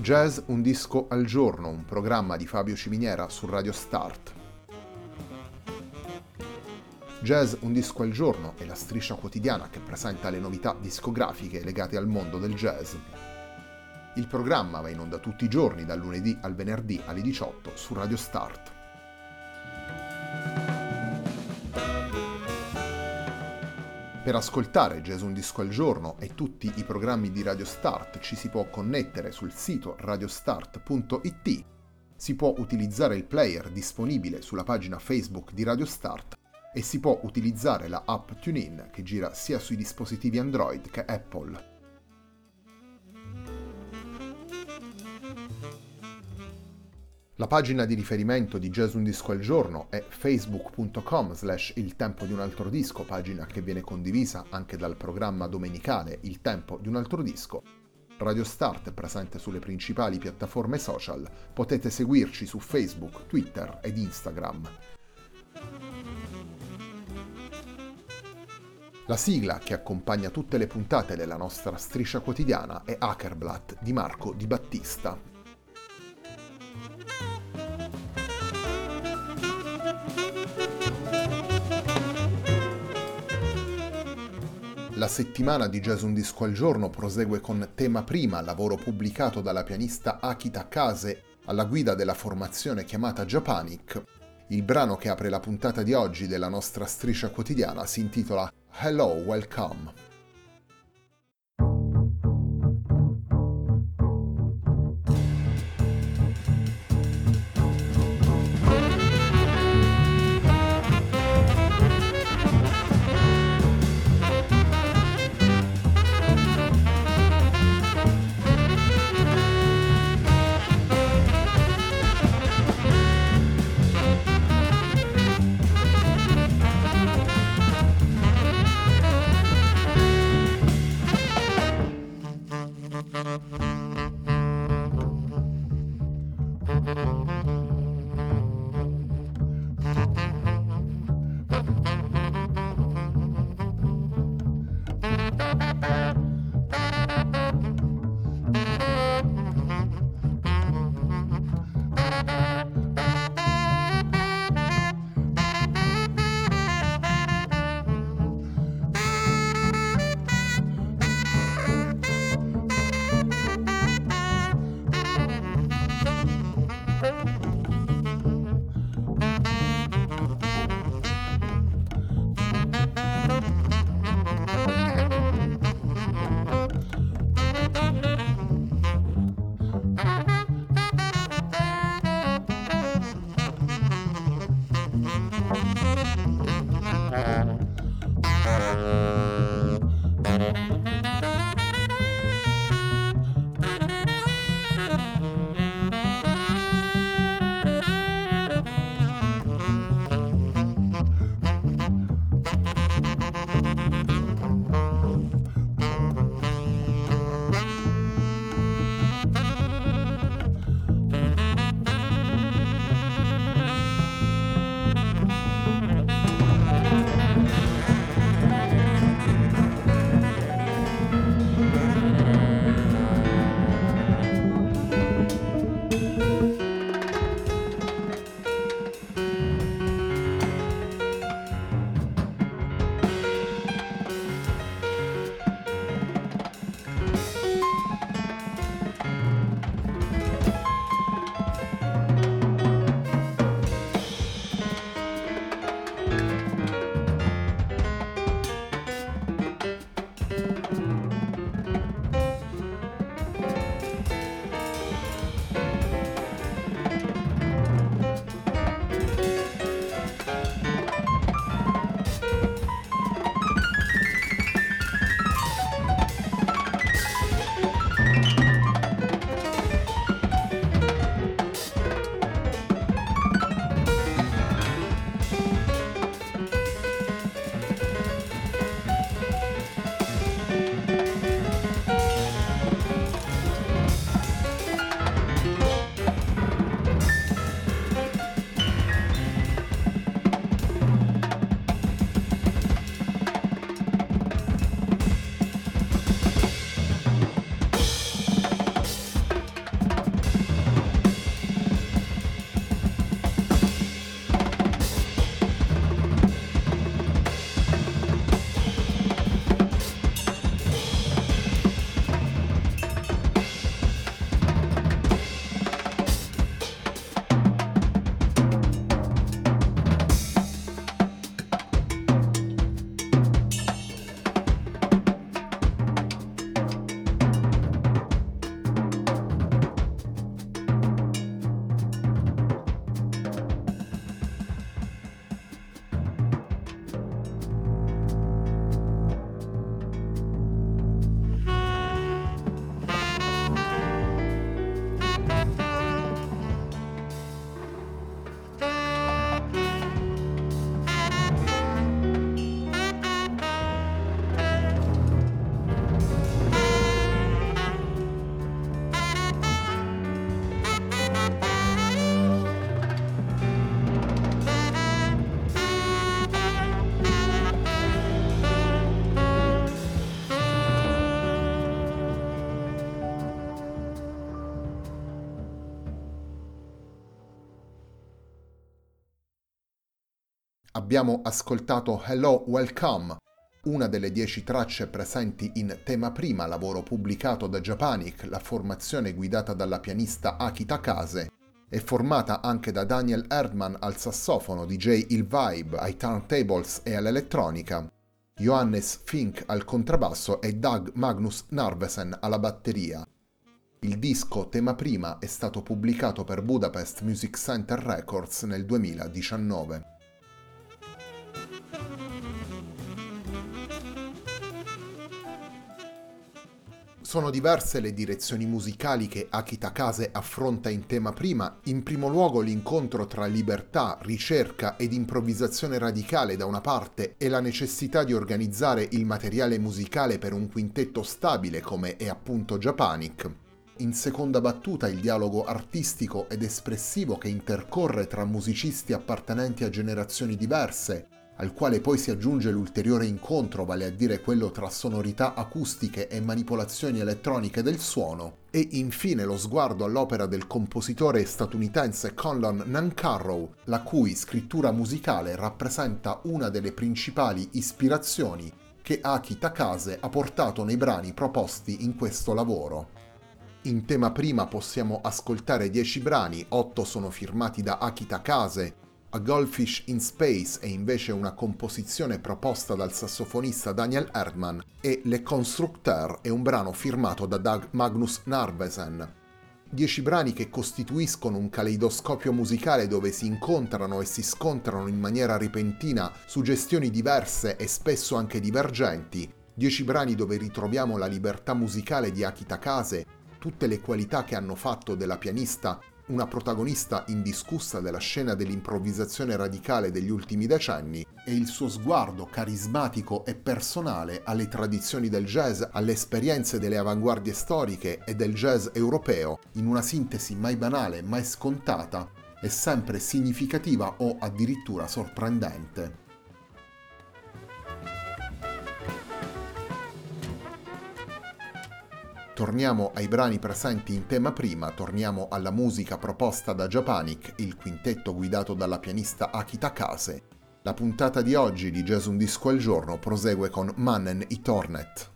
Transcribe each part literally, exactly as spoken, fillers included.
Jazz un disco al giorno, un programma di Fabio Ciminiera su Radio Start. Jazz un disco al giorno è la striscia quotidiana che presenta le novità discografiche legate al mondo del jazz. Il programma va in onda tutti i giorni dal lunedì al venerdì alle diciotto su Radio Start. Per ascoltare Jazz un disco al giorno e tutti i programmi di Radio Start ci si può connettere sul sito radiostart punto it, si può utilizzare il player disponibile sulla pagina Facebook di Radio Start e si può utilizzare la app TuneIn che gira sia sui dispositivi Android che Apple. La pagina di riferimento di Jazz un disco al giorno è facebook punto com slash il tempo di un altro disco, pagina che viene condivisa anche dal programma domenicale Il tempo di un altro disco. Radio Start è presente sulle principali piattaforme social, potete seguirci su Facebook, Twitter ed Instagram. La sigla che accompagna tutte le puntate della nostra striscia quotidiana è Hackerblatt di Marco Di Battista. La settimana di Jazz un disco al giorno prosegue con Tema Prima, lavoro pubblicato dalla pianista Akita Kase alla guida della formazione chiamata Japanic. Il brano che apre la puntata di oggi della nostra striscia quotidiana si intitola Hello, Welcome. Abbiamo ascoltato Hello Welcome, una delle dieci tracce presenti in Tema Prima, lavoro pubblicato da Japanic, la formazione guidata dalla pianista Aki Takase, è formata anche da Daniel Erdmann al sassofono, D J Il Vibe ai turntables e all'elettronica, Johannes Fink al contrabbasso e Dag Magnus Narvesen alla batteria. Il disco Tema Prima è stato pubblicato per Budapest Music Center Records nel duemiladiciannove. Sono diverse le direzioni musicali che Aki Takase affronta in Tema Prima, in primo luogo l'incontro tra libertà, ricerca ed improvvisazione radicale da una parte e la necessità di organizzare il materiale musicale per un quintetto stabile come è appunto Japanic. In seconda battuta il dialogo artistico ed espressivo che intercorre tra musicisti appartenenti a generazioni diverse, al quale poi si aggiunge l'ulteriore incontro, vale a dire quello tra sonorità acustiche e manipolazioni elettroniche del suono, e infine lo sguardo all'opera del compositore statunitense Conlon Nancarrow, la cui scrittura musicale rappresenta una delle principali ispirazioni che Aki Takase ha portato nei brani proposti in questo lavoro. In Tema Prima possiamo ascoltare dieci brani, otto sono firmati da Aki Takase. A Goldfish in Space è invece una composizione proposta dal sassofonista Daniel Erdmann e Le Constructeur è un brano firmato da Dag Magnus Narvesen. Dieci brani che costituiscono un caleidoscopio musicale dove si incontrano e si scontrano in maniera repentina suggestioni diverse e spesso anche divergenti. Dieci brani dove ritroviamo la libertà musicale di Aki Takase, tutte le qualità che hanno fatto della pianista una protagonista indiscussa della scena dell'improvvisazione radicale degli ultimi decenni, e il suo sguardo carismatico e personale alle tradizioni del jazz, alle esperienze delle avanguardie storiche e del jazz europeo, in una sintesi mai banale, mai scontata e sempre significativa o addirittura sorprendente. Torniamo ai brani presenti in Tema Prima, torniamo alla musica proposta da Japanic, il quintetto guidato dalla pianista Aki Takase. La puntata di oggi di Jazz Un Disco al Giorno prosegue con Mannen i Tornet.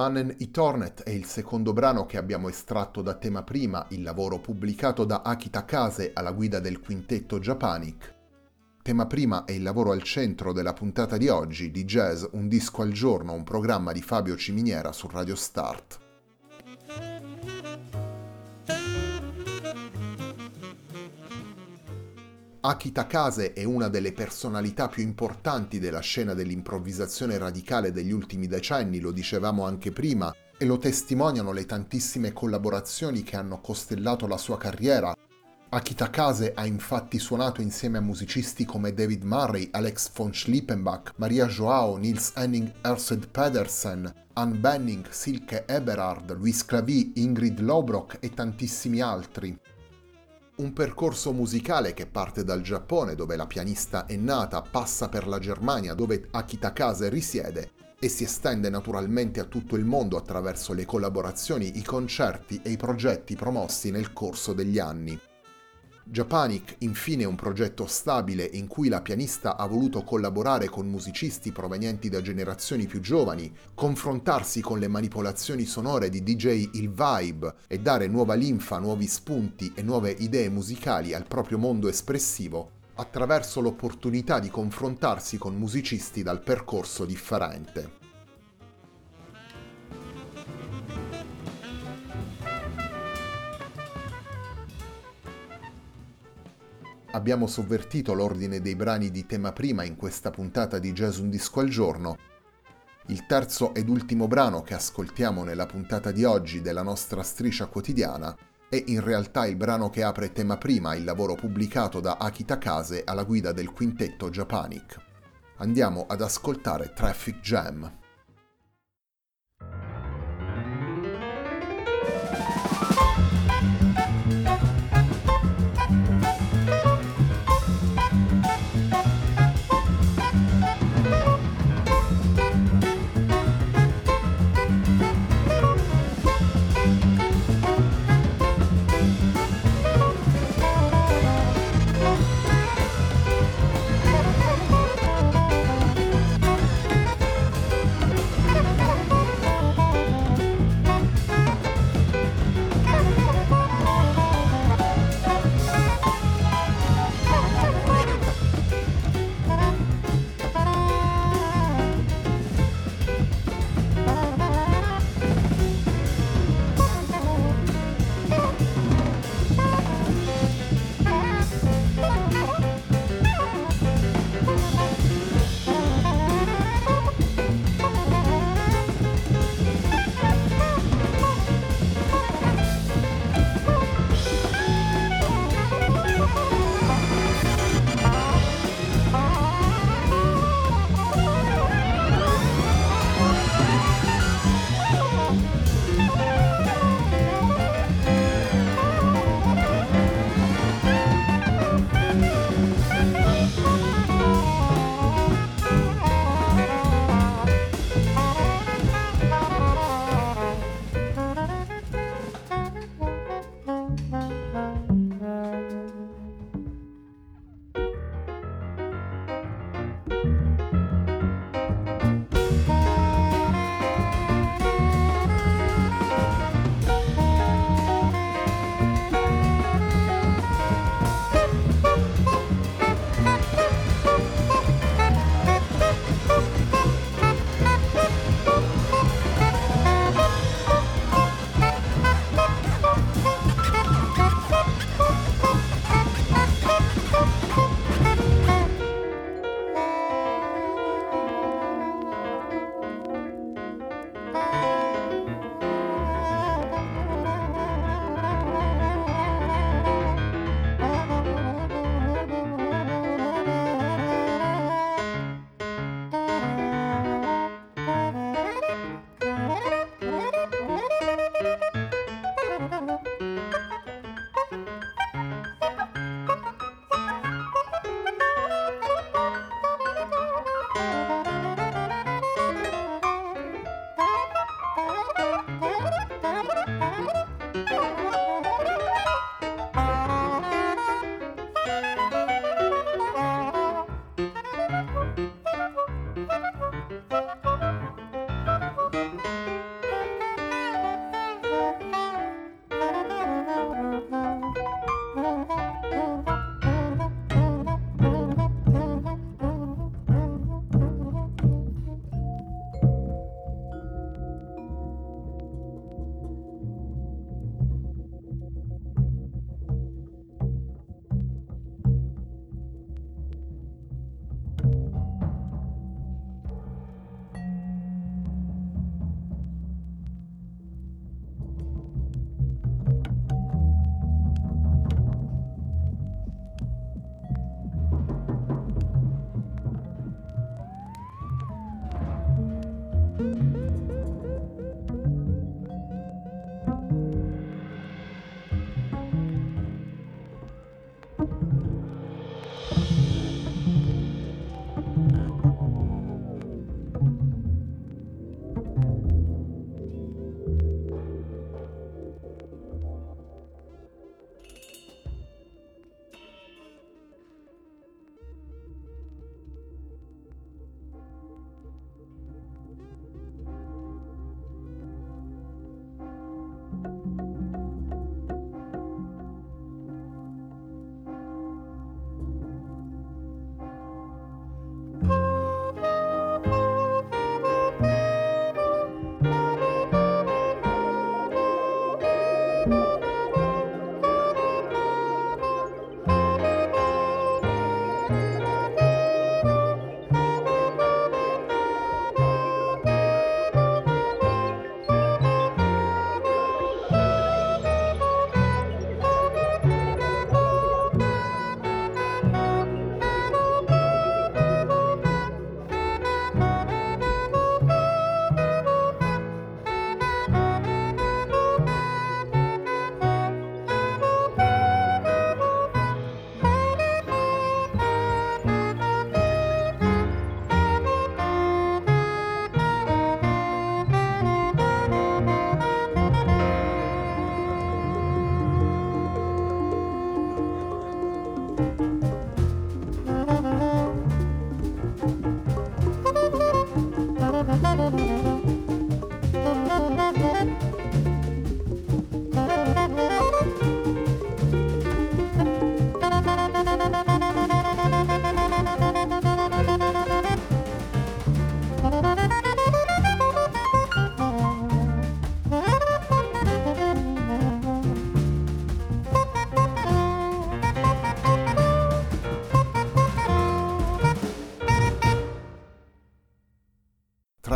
Mannen i Tornet è il secondo brano che abbiamo estratto da Tema Prima, il lavoro pubblicato da Aki Takase alla guida del quintetto Japanic. Tema Prima è il lavoro al centro della puntata di oggi di Jazz Un disco al giorno, un programma di Fabio Ciminiera su Radio Start. Aki Takase è una delle personalità più importanti della scena dell'improvvisazione radicale degli ultimi decenni, lo dicevamo anche prima, e lo testimoniano le tantissime collaborazioni che hanno costellato la sua carriera. Aki Takase ha infatti suonato insieme a musicisti come David Murray, Alex von Schlippenbach, Maria Joao, Nils Henning Ørsted Pedersen, Anne Benning, Silke Eberhard, Luis Clavie, Ingrid Lobrock e tantissimi altri. Un percorso musicale che parte dal Giappone, dove la pianista è nata, passa per la Germania, dove Aki Takase risiede, e si estende naturalmente a tutto il mondo attraverso le collaborazioni, i concerti e i progetti promossi nel corso degli anni. Japanic, infine, è un progetto stabile in cui la pianista ha voluto collaborare con musicisti provenienti da generazioni più giovani, confrontarsi con le manipolazioni sonore di D J Il Vibe e dare nuova linfa, nuovi spunti e nuove idee musicali al proprio mondo espressivo attraverso l'opportunità di confrontarsi con musicisti dal percorso differente. Abbiamo sovvertito l'ordine dei brani di Tema Prima in questa puntata di Jazz Un disco al giorno. Il terzo ed ultimo brano che ascoltiamo nella puntata di oggi della nostra striscia quotidiana è in realtà il brano che apre Tema Prima, il lavoro pubblicato da Aki Takase alla guida del quintetto Japanic. Andiamo ad ascoltare Traffic Jam.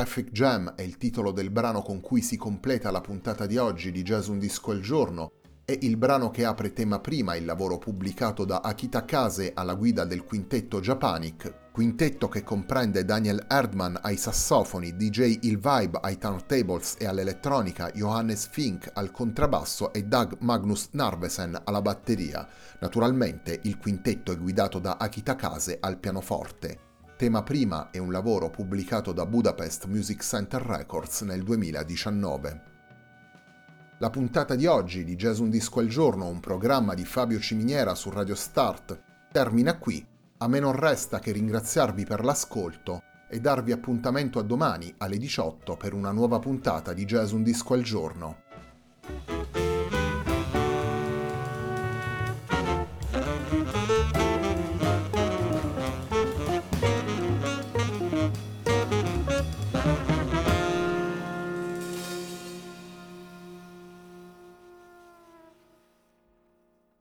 Traffic Jam è il titolo del brano con cui si completa la puntata di oggi di Jazz Un Disco al Giorno, è il brano che apre Tema Prima, il lavoro pubblicato da Akita Kase alla guida del quintetto Japanic, quintetto che comprende Daniel Erdmann ai sassofoni, D J Il Vibe ai turntables e all'elettronica, Johannes Fink al contrabbasso e Dag Magnus Narvesen alla batteria. Naturalmente il quintetto è guidato da Akita Kase al pianoforte. Tema Prima è un lavoro pubblicato da Budapest Music Center Records nel duemiladiciannove. La puntata di oggi di Jazz Un Disco al Giorno, un programma di Fabio Ciminiera su Radio Start, termina qui. A me non resta che ringraziarvi per l'ascolto e darvi appuntamento a domani alle diciotto per una nuova puntata di Jazz Un Disco al Giorno.